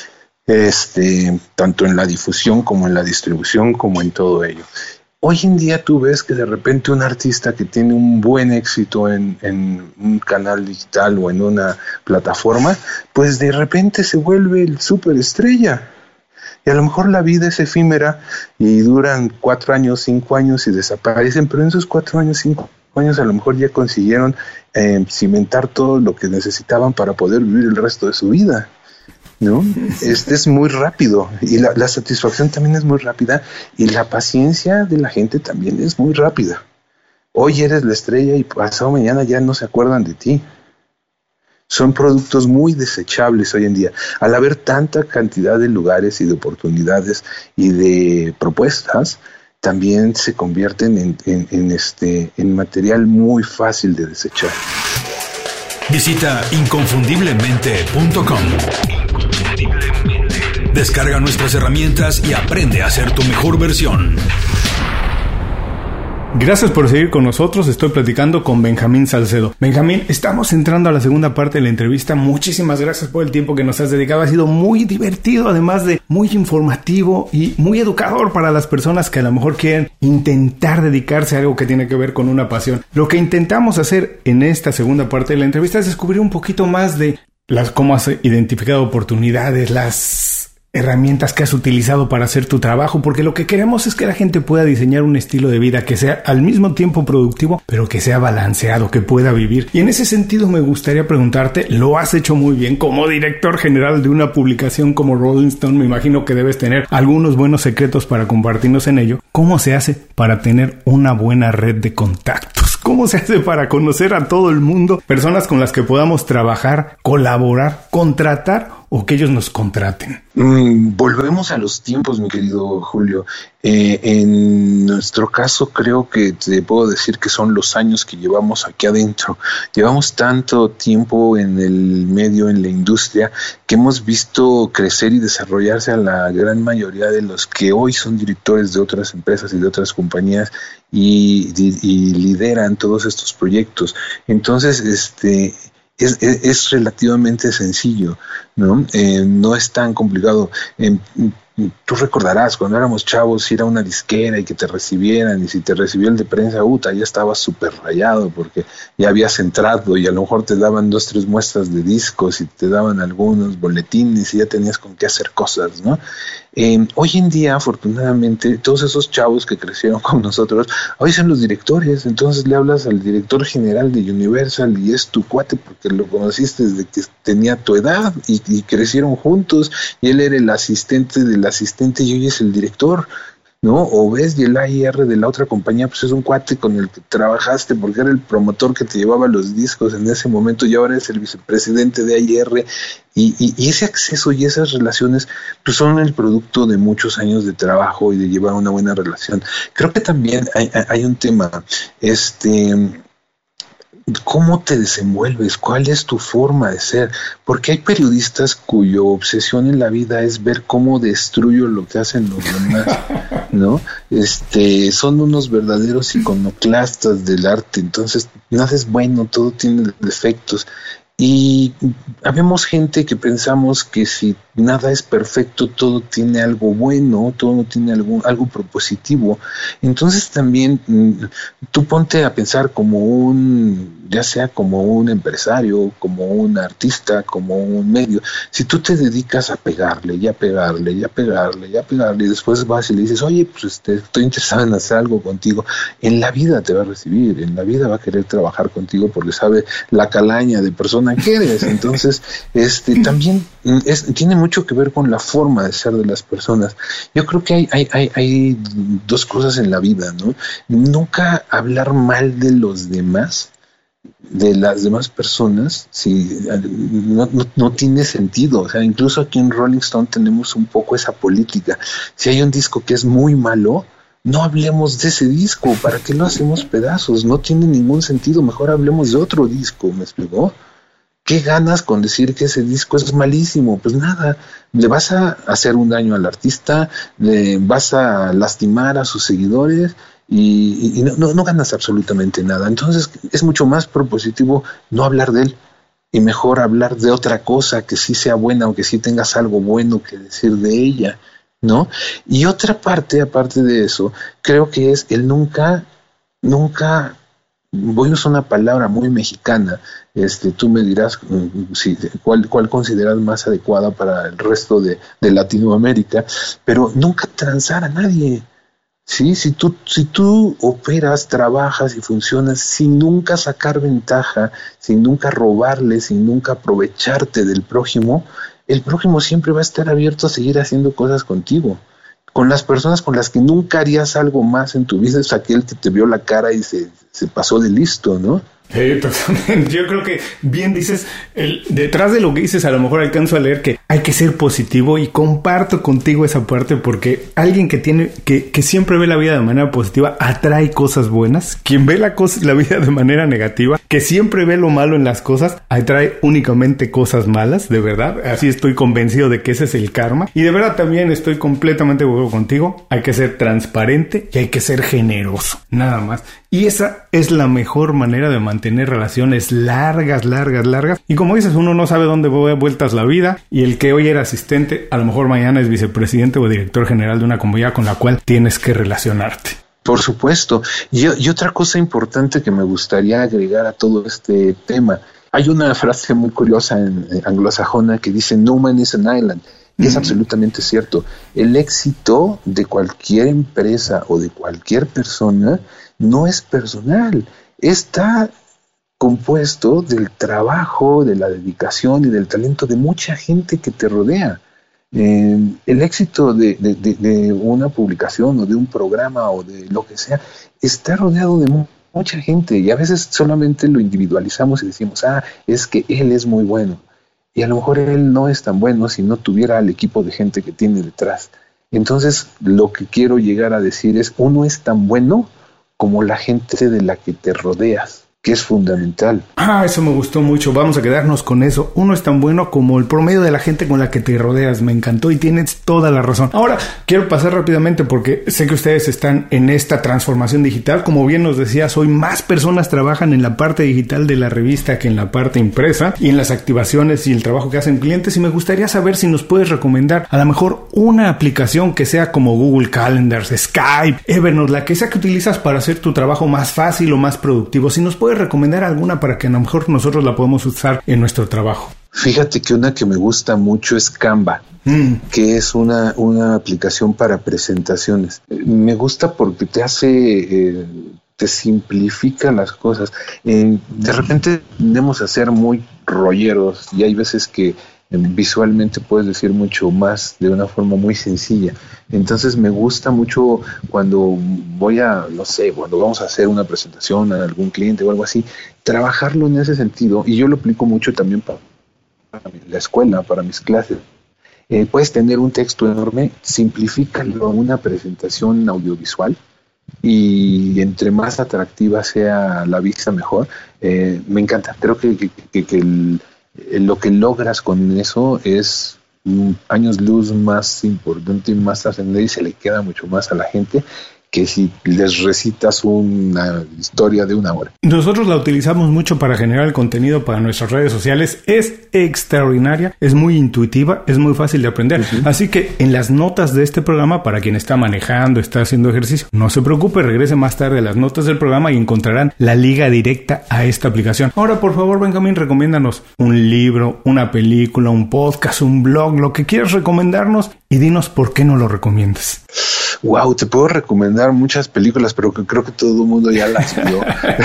este, tanto en la difusión como en la distribución, como en todo ello. Hoy en día tú ves que de repente un artista que tiene un buen éxito en, en un canal digital o en una plataforma, pues de repente se vuelve el superestrella. Y a lo mejor la vida es efímera y duran cuatro años, cinco años y desaparecen, pero en esos cuatro años, cinco años a lo mejor ya consiguieron eh, cimentar todo lo que necesitaban para poder vivir el resto de su vida, ¿no? Este es muy rápido y la, la satisfacción también es muy rápida y la paciencia de la gente también es muy rápida. Hoy eres la estrella y pasado mañana ya no se acuerdan de ti. Son productos muy desechables hoy en día. Al haber tanta cantidad de lugares y de oportunidades y de propuestas, también se convierten en, en, en, este, en material muy fácil de desechar. Visita inconfundiblemente punto com. Descarga nuestras herramientas y aprende a ser tu mejor versión. Gracias por seguir con nosotros. Estoy platicando con Benjamín Salcedo. Benjamín, estamos entrando a la segunda parte de la entrevista. Muchísimas gracias por el tiempo que nos has dedicado. Ha sido muy divertido, además de muy informativo y muy educador para las personas que a lo mejor quieren intentar dedicarse a algo que tiene que ver con una pasión. Lo que intentamos hacer en esta segunda parte de la entrevista es descubrir un poquito más de las cómo has identificado oportunidades, las herramientas que has utilizado para hacer tu trabajo, porque lo que queremos es que la gente pueda diseñar un estilo de vida que sea al mismo tiempo productivo, pero que sea balanceado, que pueda vivir. Y en ese sentido me gustaría preguntarte, lo has hecho muy bien como director general de una publicación como Rolling Stone, me imagino que debes tener algunos buenos secretos para compartirnos en ello. ¿Cómo se hace para tener una buena red de contactos? ¿Cómo se hace para conocer a todo el mundo? Personas con las que podamos trabajar, colaborar, contratar o que ellos nos contraten. Mm, volvemos a los tiempos, mi querido Julio. Eh, en nuestro caso creo que te puedo decir que son los años que llevamos aquí adentro. Llevamos tanto tiempo en el medio, en la industria, que hemos visto crecer y desarrollarse a la gran mayoría de los que hoy son directores de otras empresas y de otras compañías y, y, y lideran todos estos proyectos. Entonces, este... Es, es, es relativamente sencillo, ¿no? Eh, no es tan complicado. Eh, tú recordarás, cuando éramos chavos, ir a una disquera y que te recibieran, y si te recibió el de prensa, uta, ya estabas súper rayado porque ya habías entrado y a lo mejor te daban dos, tres muestras de discos y te daban algunos boletines y ya tenías con qué hacer cosas, ¿no? Eh, hoy en día, afortunadamente, todos esos chavos que crecieron con nosotros, hoy son los directores, entonces le hablas al director general de Universal y es tu cuate porque lo conociste desde que tenía tu edad y, y crecieron juntos y él era el asistente del asistente y hoy es el director, ¿no? O ves y el A I R de la otra compañía, pues es un cuate con el que trabajaste porque era el promotor que te llevaba los discos en ese momento y ahora es el vicepresidente de A I R y, y, y ese acceso y esas relaciones pues son el producto de muchos años de trabajo y de llevar una buena relación. Creo que también hay, hay un tema, este... ¿cómo te desenvuelves? ¿Cuál es tu forma de ser? Porque hay periodistas cuya obsesión en la vida es ver cómo destruyo lo que hacen los demás, ¿no? Este, son unos verdaderos iconoclastas del arte, entonces nada es bueno, todo tiene defectos. Y habemos gente que pensamos que si nada es perfecto, todo tiene algo bueno, todo tiene algo, algo propositivo. Entonces también tú ponte a pensar como un, ya sea como un empresario, como un artista, como un medio. Si tú te dedicas a pegarle, y a pegarle, y a pegarle, y a pegarle, y después vas y le dices, oye, pues este, estoy interesado en hacer algo contigo, en la vida te va a recibir, en la vida va a querer trabajar contigo porque sabe la calaña de persona que eres. Entonces, este, también es, tiene mucho que ver con la forma de ser de las personas. Yo creo que hay, hay, hay, hay dos cosas en la vida, ¿no? Nunca hablar mal de los demás, de las demás personas, si no, no, no tiene sentido. O sea, incluso aquí en Rolling Stone tenemos un poco esa política. Si hay un disco que es muy malo, no hablemos de ese disco. ¿Para qué lo hacemos pedazos? No tiene ningún sentido. Mejor hablemos de otro disco. ¿Me explicó? ¿Qué ganas con decir que ese disco es malísimo? Pues nada, le vas a hacer un daño al artista, le vas a lastimar a sus seguidores y, y no, no ganas absolutamente nada. Entonces es mucho más propositivo no hablar de él y mejor hablar de otra cosa que sí sea buena o que sí tengas algo bueno que decir de ella, ¿no? Y otra parte, aparte de eso, creo que es el nunca, nunca... voy a usar una palabra muy mexicana, este, tú me dirás si, cuál, cuál consideras más adecuada para el resto de, de Latinoamérica, pero nunca transar a nadie, ¿sí? Si tú, si tú operas, trabajas y funcionas sin nunca sacar ventaja, sin nunca robarle, sin nunca aprovecharte del prójimo, el prójimo siempre va a estar abierto a seguir haciendo cosas contigo. Con las personas con las que nunca harías algo más en tu vida es aquel que te vio la cara y se, se pasó de listo, ¿no? Sí, totalmente. Yo creo que bien dices, el, detrás de lo que dices a lo mejor alcanzo a leer que hay que ser positivo y comparto contigo esa parte porque alguien que tiene que, que siempre ve la vida de manera positiva atrae cosas buenas. Quien ve la, cosa, la vida de manera negativa, que siempre ve lo malo en las cosas, atrae únicamente cosas malas, de verdad. Así estoy convencido de que ese es el karma. Y de verdad también estoy completamente de acuerdo contigo. Hay que ser transparente y hay que ser generoso, nada más. Y esa es la mejor manera de mantener relaciones largas, largas, largas. Y como dices, uno no sabe dónde va vueltas la vida. Y el que hoy era asistente, a lo mejor mañana es vicepresidente o director general de una compañía con la cual tienes que relacionarte. Por supuesto. Y, y otra cosa importante que me gustaría agregar a todo este tema. Hay una frase muy curiosa en, en anglosajona que dice, no man is an island. Y es absolutamente cierto. El éxito de cualquier empresa o de cualquier persona no es personal. Está compuesto del trabajo, de la dedicación y del talento de mucha gente que te rodea. Eh, el éxito de, de, de, de una publicación o de un programa o de lo que sea está rodeado de mu- mucha gente y a veces solamente lo individualizamos y decimos, ah, es que él es muy bueno. Y a lo mejor él no es tan bueno si no tuviera el equipo de gente que tiene detrás. Entonces, lo que quiero llegar a decir es, uno es tan bueno como la gente de la que te rodeas, que es fundamental. Ah, eso me gustó mucho. Vamos a quedarnos con eso. Uno es tan bueno como el promedio de la gente con la que te rodeas. Me encantó y tienes toda la razón. Ahora, quiero pasar rápidamente porque sé que ustedes están en esta transformación digital. Como bien nos decías, hoy más personas trabajan en la parte digital de la revista que en la parte impresa y en las activaciones y el trabajo que hacen clientes. Y me gustaría saber si nos puedes recomendar a lo mejor una aplicación que sea como Google Calendars, Skype, Evernote, la que sea que utilizas para hacer tu trabajo más fácil o más productivo. Si nos puedes recomendar alguna para que a lo mejor nosotros la podamos usar en nuestro trabajo. Fíjate que una que me gusta mucho es Canva, mm. que es una, una aplicación para presentaciones. Me gusta porque te hace, eh, te simplifica las cosas. Eh, de repente tendemos a ser muy rolleros y hay veces que visualmente puedes decir mucho más de una forma muy sencilla. Entonces me gusta mucho cuando voy a, no sé, cuando vamos a hacer una presentación a algún cliente o algo así, trabajarlo en ese sentido, y yo lo aplico mucho también para, para la escuela, para mis clases. Eh, puedes tener un texto enorme, simplifícalo a una presentación audiovisual, y entre más atractiva sea la vista mejor. Eh, me encanta, creo que, que, que, que el, lo que logras con eso es años luz más importante y más trascendente, y se le queda mucho más a la gente que si les recitas una historia de una hora. Nosotros la utilizamos mucho para generar el contenido para nuestras redes sociales. Es extraordinaria, es muy intuitiva, es muy fácil de aprender. Uh-huh. Así que en las notas de este programa, para quien está manejando, está haciendo ejercicio, no se preocupe, regrese más tarde a las notas del programa y encontrarán la liga directa a esta aplicación. Ahora, por favor, Benjamín, recomiéndanos un libro, una película, un podcast, un blog, lo que quieras recomendarnos, y dinos por qué no lo recomiendas. Wow, te puedo recomendar muchas películas, pero que creo que todo el mundo ya las vio.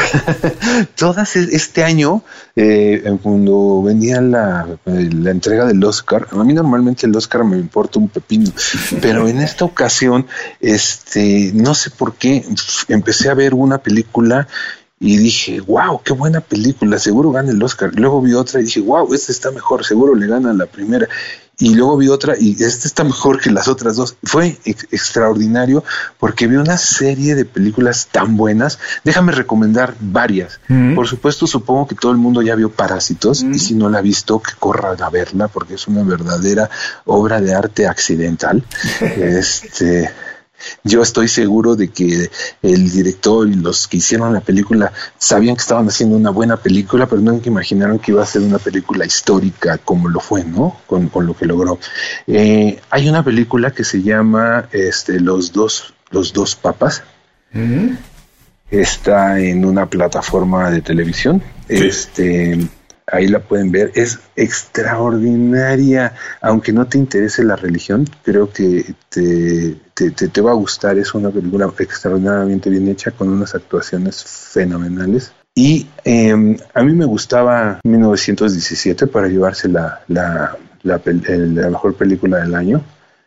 Todas este año, eh, cuando venía la, la entrega del Oscar, a mí normalmente el Oscar me importa un pepino, pero en esta ocasión, este, no sé por qué, empecé a ver una película y dije, wow, qué buena película, seguro gana el Oscar. Luego vi otra y dije, wow, esta está mejor, seguro le gana la primera. Y luego vi otra y esta está mejor que las otras dos. Fue ex- extraordinario porque vi una serie de películas tan buenas. Déjame recomendar varias. Mm-hmm. Por supuesto, supongo que todo el mundo ya vio Parásitos, mm-hmm. y si no la ha visto, que corra a verla porque es una verdadera obra de arte accidental. este... Yo estoy seguro de que el director y los que hicieron la película sabían que estaban haciendo una buena película, pero nunca imaginaron que iba a ser una película histórica como lo fue, ¿no? Con, con lo que logró. Eh, hay una película que se llama este, Los dos, los dos papas. ¿Mm? Está en una plataforma de televisión. Sí. Este... Ahí la pueden ver, es extraordinaria, aunque no te interese la religión, creo que te, te, te, te va a gustar. Es una película extraordinariamente bien hecha, con unas actuaciones fenomenales. Y eh, a mí me gustaba mil novecientos diecisiete para llevarse la, la, la, el, la mejor película del año.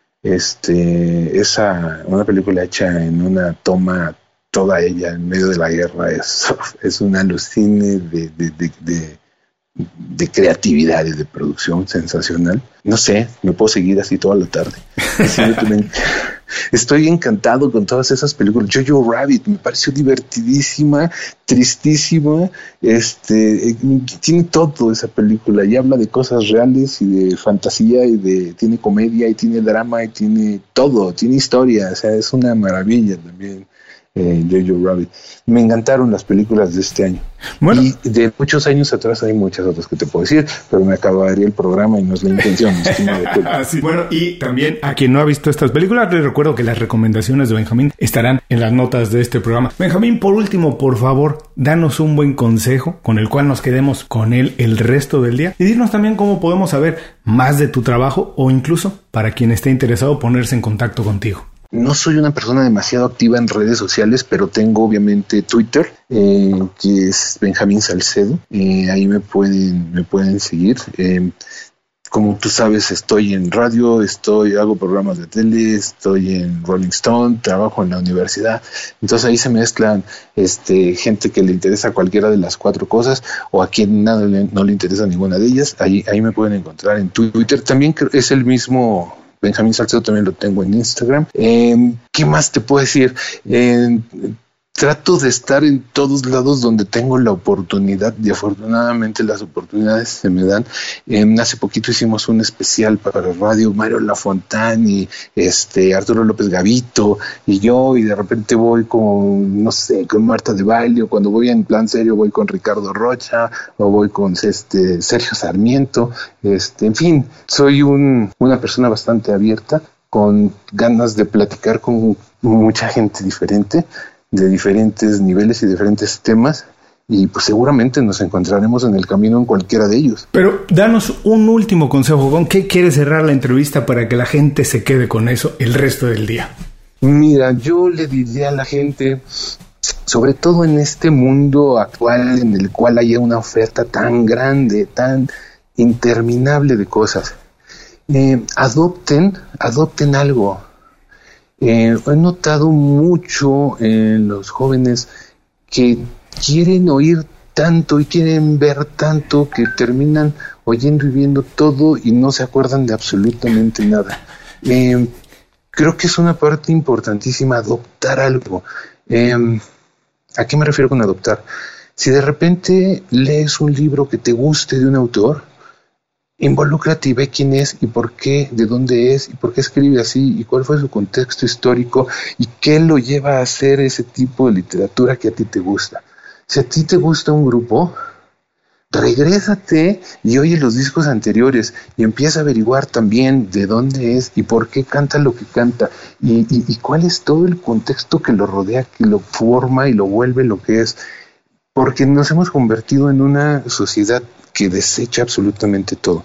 Este, esa, una película hecha en una toma, toda ella en medio de la guerra, es, es un alucine de... de, de, de de creatividad y de producción sensacional. No sé, me puedo seguir así toda la tarde. Estoy encantado con todas esas películas. Jojo Rabbit me pareció divertidísima, tristísima. Este, tiene todo esa película y habla de cosas reales y de fantasía y de tiene comedia y tiene drama y tiene todo, tiene historia. O sea, es una maravilla también. Eh, Jojo Rabbit. Me encantaron las películas de este año. Bueno. Y de muchos años atrás hay muchas otras que te puedo decir, pero me acabaría el programa y no es la intención. Sí. Bueno, y también a quien no ha visto estas películas, les recuerdo que las recomendaciones de Benjamín estarán en las notas de este programa. Benjamín, por último, por favor, danos un buen consejo con el cual nos quedemos con él el resto del día, y dinos también cómo podemos saber más de tu trabajo, o incluso, para quien esté interesado, ponerse en contacto contigo. No soy una persona demasiado activa en redes sociales, pero tengo obviamente Twitter, eh, que es Benjamín Salcedo. Eh, ahí me pueden, me pueden seguir. Eh, como tú sabes, estoy en radio, estoy, hago programas de tele, estoy en Rolling Stone, trabajo en la universidad. Entonces ahí se mezclan este, gente que le interesa cualquiera de las cuatro cosas, o a quien nada le, no le interesa ninguna de ellas. Ahí, ahí me pueden encontrar en Twitter. También es el mismo... Benjamín Salcedo, también lo tengo en Instagram. Eh, ¿Qué más te puedo decir? Eh, trato de estar en todos lados donde tengo la oportunidad, y afortunadamente las oportunidades se me dan. Eh, hace poquito hicimos un especial para radio, Mario Lafontán y este Arturo López Gavito y yo, y de repente voy con, no sé, con Marta de Baile, o cuando voy en plan serio voy con Ricardo Rocha, o voy con este Sergio Sarmiento. Este, en fin, soy un, una persona bastante abierta, con ganas de platicar con mucha gente diferente, de diferentes niveles y diferentes temas, y pues seguramente nos encontraremos en el camino en cualquiera de ellos. Pero danos un último consejo, ¿con qué quieres cerrar la entrevista para que la gente se quede con eso el resto del día? Mira, yo le diría a la gente, sobre todo en este mundo actual en el cual hay una oferta tan grande, tan interminable de cosas. Eh, adopten, adopten algo. Eh, he notado mucho en los jóvenes que quieren oír tanto y quieren ver tanto que terminan oyendo y viendo todo y no se acuerdan de absolutamente nada. Eh, creo que es una parte importantísima adoptar algo. Eh, ¿A qué me refiero con adoptar? Si de repente lees un libro que te guste de un autor, involúcrate y ve quién es y por qué, de dónde es y por qué escribe así y cuál fue su contexto histórico y qué lo lleva a hacer ese tipo de literatura que a ti te gusta. Si a ti te gusta un grupo, regrésate y oye los discos anteriores y empieza a averiguar también de dónde es y por qué canta lo que canta y, y, y cuál es todo el contexto que lo rodea, que lo forma y lo vuelve lo que es. Porque nos hemos convertido en una sociedad que desecha absolutamente todo.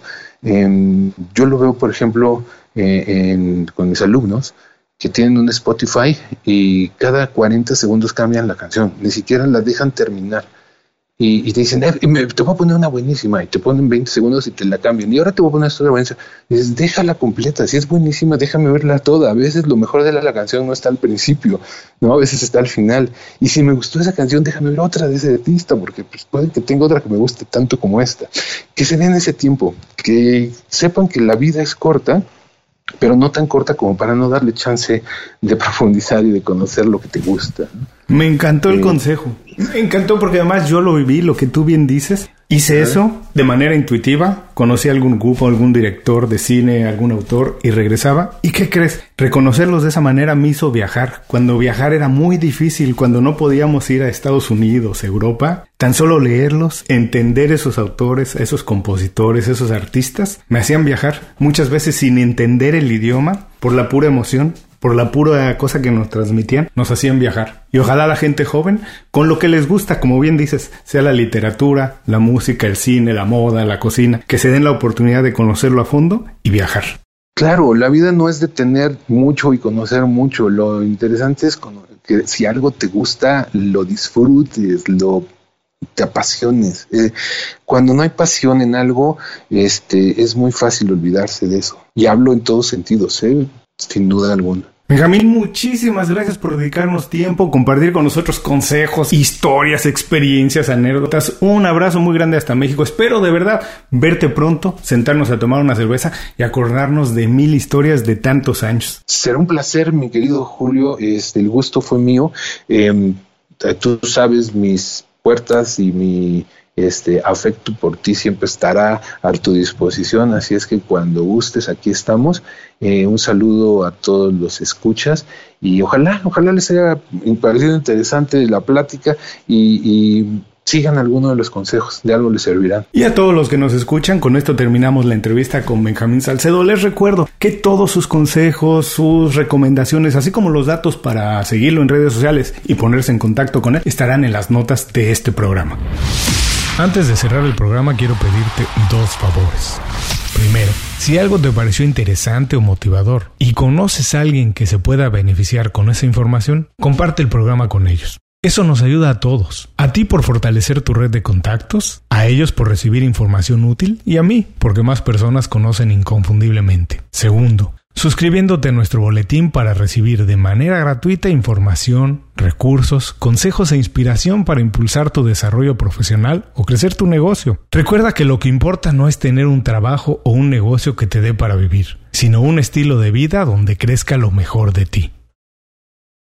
Eh, yo lo veo, por ejemplo, eh, en, con mis alumnos que tienen un Spotify y cada cuarenta segundos cambian la canción, ni siquiera la dejan terminar. Y, y te dicen, eh, me, te voy a poner una buenísima, y te ponen veinte segundos y te la cambian. Y ahora te voy a poner esta buenísima. Y dices, déjala completa, si es buenísima, déjame verla toda. A veces lo mejor de la, la canción no está al principio, ¿no? A veces está al final. Y si me gustó esa canción, déjame ver otra de ese artista, porque pues, puede que tenga otra que me guste tanto como esta. Que se den ese tiempo, que sepan que la vida es corta, pero no tan corta como para no darle chance de profundizar y de conocer lo que te gusta, ¿no? Me encantó el eh, consejo. Me encantó porque además yo lo viví, lo que tú bien dices. Hice eso de manera intuitiva. Conocí a algún grupo, algún director de cine, algún autor y regresaba. ¿Y qué crees? Reconocerlos de esa manera me hizo viajar. Cuando viajar era muy difícil, cuando no podíamos ir a Estados Unidos, Europa, tan solo leerlos, entender esos autores, esos compositores, esos artistas, me hacían viajar. Muchas veces sin entender el idioma, por la pura emoción, por la pura cosa que nos transmitían, nos hacían viajar. Y ojalá la gente joven, con lo que les gusta, como bien dices, sea la literatura, la música, el cine, la moda, la cocina, que se den la oportunidad de conocerlo a fondo y viajar. Claro, la vida no es de tener mucho y conocer mucho. Lo interesante es que si algo te gusta, lo disfrutes, lo te apasiones. Eh, cuando no hay pasión en algo, este, es muy fácil olvidarse de eso. Y hablo en todos sentidos, ¿eh? Sin duda alguna. Benjamín, muchísimas gracias por dedicarnos tiempo, compartir con nosotros consejos, historias, experiencias, anécdotas. Un abrazo muy grande hasta México. Espero de verdad verte pronto, sentarnos a tomar una cerveza y acordarnos de mil historias de tantos años. Será un placer, mi querido Julio. Este, el gusto fue mío. Eh, tú sabes, mis puertas y mi este afecto por ti siempre estará a tu disposición, así es que cuando gustes aquí estamos. Eh, un saludo a todos los escuchas y ojalá, ojalá les haya parecido interesante la plática y, y sigan alguno de los consejos, de algo les servirán. Y a todos los que nos escuchan, con esto terminamos la entrevista con Benjamín Salcedo. Les recuerdo que todos sus consejos, sus recomendaciones, así como los datos para seguirlo en redes sociales y ponerse en contacto con él, estarán en las notas de este programa. Antes de cerrar el programa, quiero pedirte dos favores. Primero, si algo te pareció interesante o motivador y conoces a alguien que se pueda beneficiar con esa información, comparte el programa con ellos. Eso nos ayuda a todos. A ti por fortalecer tu red de contactos, a ellos por recibir información útil y a mí porque más personas conocen inconfundiblemente. Segundo, suscribiéndote a nuestro boletín para recibir de manera gratuita información, recursos, consejos e inspiración para impulsar tu desarrollo profesional o crecer tu negocio. Recuerda que lo que importa no es tener un trabajo o un negocio que te dé para vivir, sino un estilo de vida donde crezca lo mejor de ti.